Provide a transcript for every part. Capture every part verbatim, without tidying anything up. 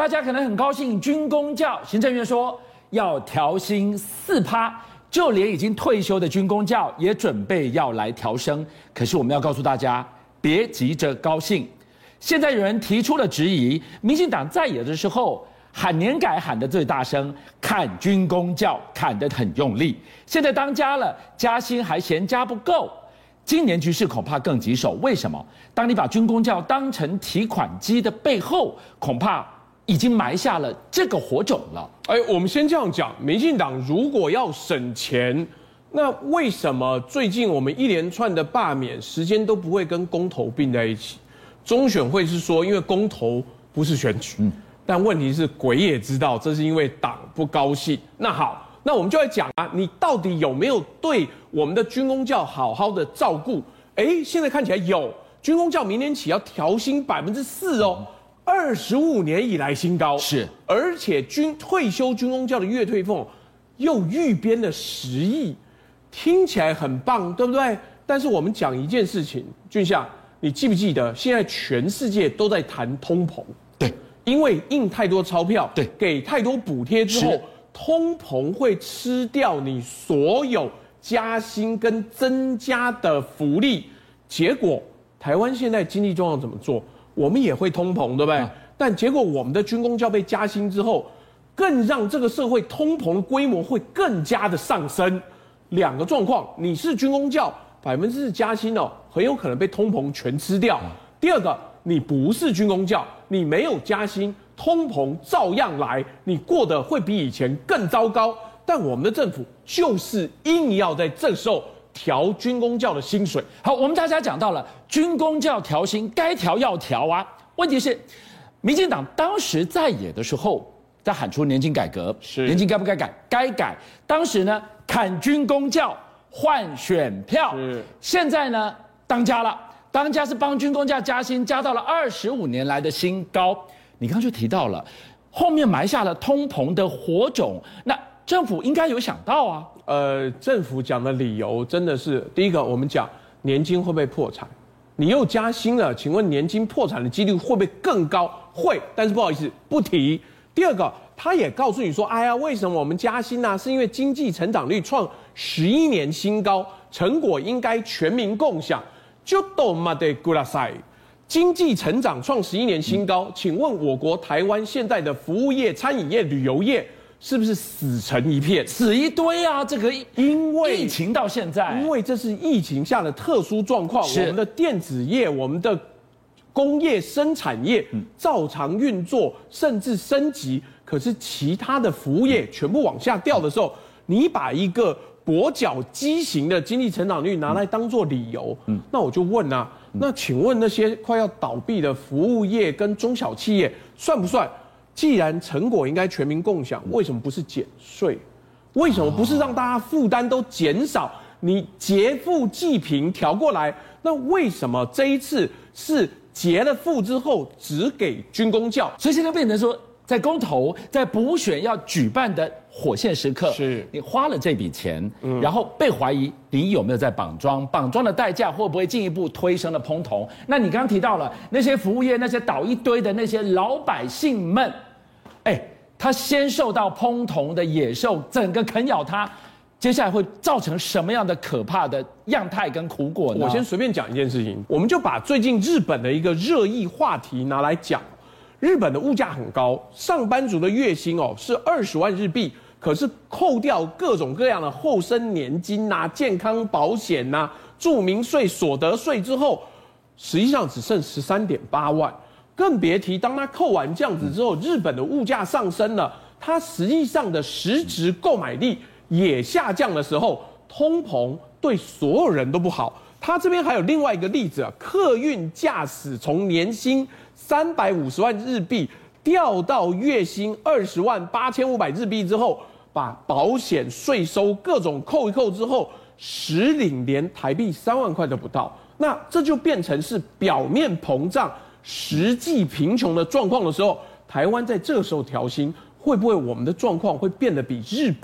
大家可能很高兴，军公教行政院说要调薪四趴，就连已经退休的军公教也准备要来调升。可是我们要告诉大家，别急着高兴。现在有人提出了质疑，民进党在野的时候喊年改喊得最大声，砍军公教砍得很用力，现在当家了，加薪还嫌加不够。今年局势恐怕更棘手，为什么？当你把军公教当成提款机的背后，恐怕已经埋下了这个火种了。 哎，我们先这样讲，民进党如果要省钱，那为什么最近我们一连串的罢免时间都不会跟公投并在一起？中选会是说，因为公投不是选举，嗯，但问题是鬼也知道，这是因为党不高兴。那好，那我们就来讲啊，你到底有没有对我们的军公教好好的照顾？哎，现在看起来有，军公教明年起要调薪百分之四哦。二十五年以来新高， 是， 而且军退休军公教的月退俸又预编了十亿，听起来很棒，对不对？但是我们讲一件事情，俊相，你记不记得现在全世界都在谈通膨？ 对， 因为印太多钞票， 对， 给太多补贴之后，通膨会吃掉你所有加薪跟增加的福利，结果台湾现在经济状况怎么做？我们也会通膨，对不对？嗯、但结果我们的军公教被加薪之后，更让这个社会通膨的规模会更加的上升。两个状况，你是军公教百分之四加薪哦，很有可能被通膨全吃掉。嗯、第二个，你不是军公教，你没有加薪，通膨照样来，你过得会比以前更糟糕。但我们的政府就是硬要在这时候调军公教的薪水。 好，我们大家讲到了军公教调薪，该调要调啊。问题是，民进党当时在野的时候，在喊出年金改革， 是年金该不该改？该改。当时呢，砍军公教换选票， 是现在呢，当家了，当家是帮军公教加薪，加到了二十五年来的新高。你刚刚就提到了，后面埋下了通膨的火种，那政府应该有想到啊。 呃，政府讲的理由真的是，第一个，我们讲年金会不会破产？你又加薪了，请问年金破产的几率会不会更高？会，但是不好意思，不提。第二个，他也告诉你说，哎呀，为什么我们加薪呢、啊？是因为经济成长率创十一年新高，成果应该全民共享。就都嘛得古拉塞，经济成长创十一年新高，请问我国台湾现在的服务业、餐饮业、旅游业？是不是死成一片， 死一堆啊？这个因为疫情到现在， 因为这是疫情下的特殊状况，我们的电子业、我们的工业生产业照常运作，甚至升级。可是其他的服务业全部往下掉的时候，你把一个跛脚畸形的经济成长率拿来当做理由，嗯，那我就问啊，那请问那些快要倒闭的服务业跟中小企业算不算？既然成果应该全民共享，为什么不是减税？为什么不是让大家负担都减少？你劫富济贫调过来，那为什么这一次是劫了富之后只给军公教？ 所以现在变成说，在公投、在补选要举办的火线时刻， 是你花了这笔钱，嗯、然后被怀疑你有没有在绑桩？绑桩的代价会不会进一步推升了通膨？那你刚刚提到了那些服务业、那些倒一堆的那些老百姓们。哎，他先受到通膨的野兽整个啃咬他，接下来会造成什么样的可怕的样态跟苦果呢？ 我先随便讲一件事情，我们就把最近日本的一个热议话题拿来讲。日本的物价很高，上班族的月薪哦是二十万日币，可是扣掉各种各样的后生年金呐、健康保险呐、住民税、所得税之后，实际上只剩十三点八万。更别提，当他扣完这样子之后，日本的物价上升了，它实际上的实质购买力也下降的时候，通膨对所有人都不好。他这边还有另外一个例子啊，客运驾驶从年薪三百五十万日币调到月薪二十万八千五百日币之后，把保险、税收各种扣一扣之后，实领连台币三万块都不到。那这就变成是表面膨胀。实际贫穷的状况的时候，台湾在这个时候调薪，会不会我们的状况会变得比日本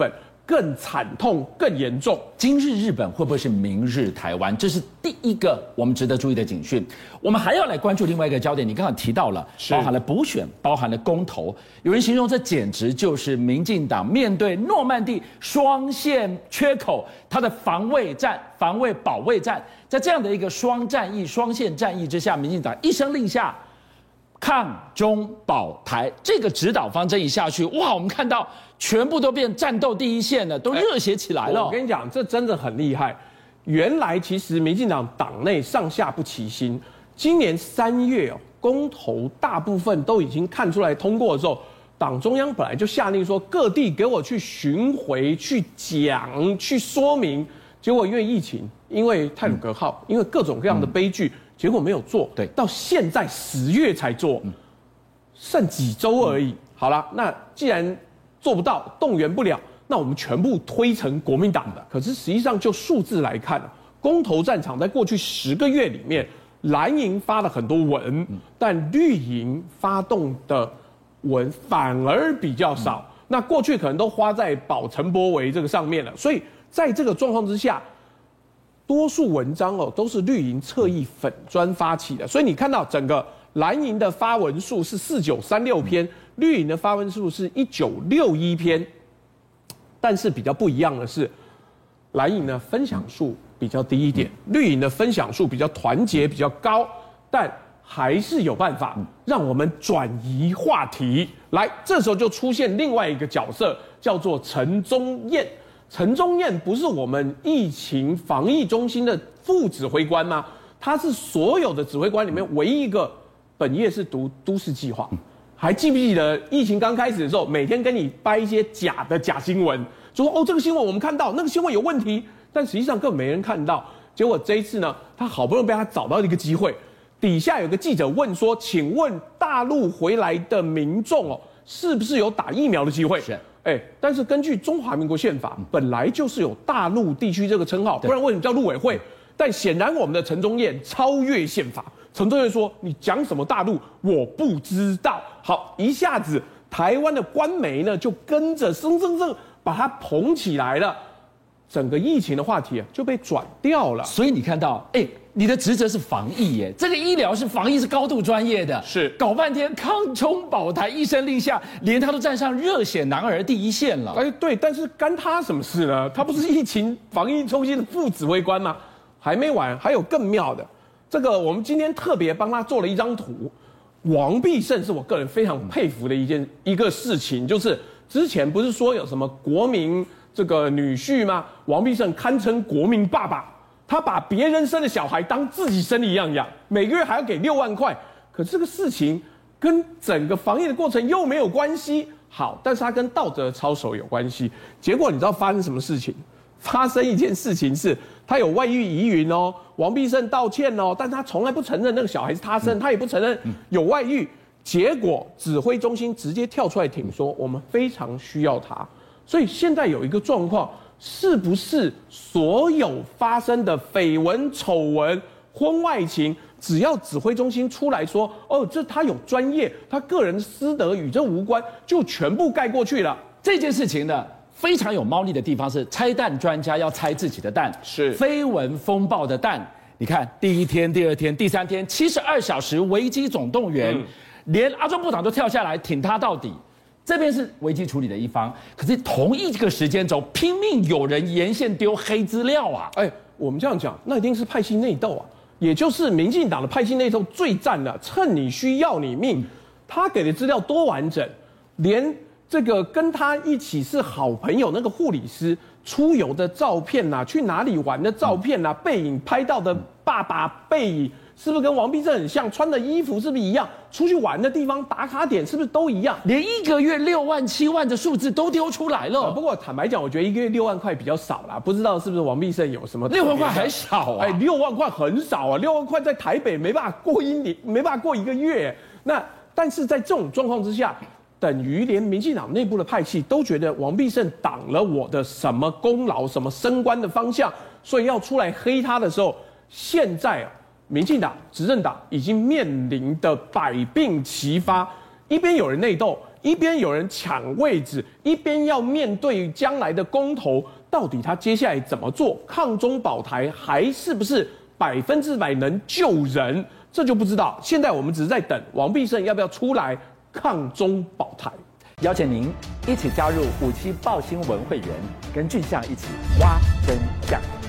更惨痛、更严重。 今日日本会不会是明日台湾？这是第一个我们值得注意的警讯。我们还要来关注另外一个焦点，你刚刚提到了，包含了补选，包含了公投。有人形容这简直就是民进党面对诺曼底双线缺口，它的防卫战、防卫保卫战，在这样的一个双战役、双线战役之下，民进党一声令下。抗中保台这个指导方针一下去，哇，我们看到全部都变战斗第一线了，都热血起来了。 我跟你讲，这真的很厉害。原来其实民进党党内上下不齐心。今年三月哦，公投大部分都已经看出来通过的时候，党中央本来就下令说各地给我去巡回、去讲、去说明。结果因为疫情，因为太鲁阁号，因为各种各样的悲剧。嗯结果没有做， 对， 到现在十月才做，剩几周而已。嗯、好了，那既然做不到，动员不了，那我们全部推成国民党的。可是实际上就数字来看，公投战场在过去十个月里面，蓝营发了很多文，嗯、但绿营发动的文反而比较少。嗯、那过去可能都花在保陈柏惟这个上面了，所以在这个状况之下。多数文章哦都是绿营侧翼粉专发起的，所以你看到整个蓝营的发文数是四九三六篇，绿营的发文数是一九六一篇。但是比较不一样的是，蓝营的分享数比较低一点，绿营的分享数比较团结比较高，但还是有办法让我们转移话题。来，这时候就出现另外一个角色，叫做陈宗彦。陈宗彦不是我们疫情防疫中心的副指挥官吗？他是所有的指挥官里面唯一一个本业是读都市计划。还记不记得疫情刚开始的时候，每天跟你掰一些假的假新闻，说哦这个新闻我们看到，那个新闻有问题，但实际上根本没人看到。结果这一次呢，他好不容易被他找到一个机会，底下有个记者问说：“请问大陆回来的民众哦，是不是有打疫苗的机会？”是。哎，但是根据中华民国宪法，本来就是有大陆地区这个称号，不然为什么叫陆委会？但显然我们的陈宗彦超越宪法，陈宗彦说：“你讲什么大陆，我不知道。”好，一下子台湾的官媒呢就跟着生生生把它捧起来了，整个疫情的话题啊就被转掉了。 所以你看到，哎。你的职责是防疫耶，这个医疗是防疫是高度专业的， 是搞半天抗中保台一声令下，连他都站上热血男儿第一线了。 哎，对，但是干他什么事呢？他不是疫情防疫中心的副指挥官吗？还没完，还有更妙的，这个我们今天特别帮他做了一张图。王必胜是我个人非常佩服的一件一个事情，就是之前不是说有什么国民这个女婿吗？王必胜堪称国民爸爸。他把别人生的小孩当自己生的一样养，每个月还要给六万块。可这个事情跟整个防疫的过程又没有关系。好，但是他跟道德操守有关系。结果你知道发生什么事情？发生一件事情是，他有外遇疑云哦，王必胜道歉哦，但他从来不承认那个小孩是他生，他也不承认有外遇。结果指挥中心直接跳出来挺说，我们非常需要他。所以现在有一个状况。是不是所有发生的绯闻、丑闻、婚外情，只要指挥中心出来说，哦，这他有专业，他个人私德与这无关，就全部盖过去了？ 这件事情呢，非常有猫腻的地方是，拆弹专家要拆自己的弹， 是绯闻风暴的弹。你看，第一天、第二天、第三天，七十二小时危机总动员，嗯、连阿中部长都跳下来挺他到底。这边是危机处理的一方，可是同一个时间轴，拼命有人沿线丢黑资料啊！ 哎，我们这样讲，那一定是派系内斗啊，也就是民进党的派系内斗最赞了，趁你需要你命。他给的资料多完整，连这个跟他一起是好朋友那个护理师出游的照片呐、啊，去哪里玩的照片呐、啊，背影拍到的爸爸背影。是不是跟王必胜很像？穿的衣服是不是一样？出去玩的地方打卡点是不是都一样？ 连一个月六万、七万的数字都丢出来了。 啊、不过坦白讲，我觉得一个月六万块比较少啦，不知道是不是王必胜有什么？ 六万块还少啊！ 哎，六万块很少啊，六万块在台北没办法过一年，没办法过一个月。那但是在这种状况之下，等于连民进党内部的派系都觉得王必胜挡了我的什么功劳、什么升官的方向，所以要出来黑他的时候，现在啊。民进党执政党已经面临的百病齐发，一边有人内斗， 一边有人抢位置，一边要面对将来的公投，到底他接下来怎么做？抗中保台还是不是百分之百能救人？这就不知道。现在我们只是在等王必胜要不要出来抗中保台。 邀请您一起加入五七爆新闻会员，跟俊相一起挖真相。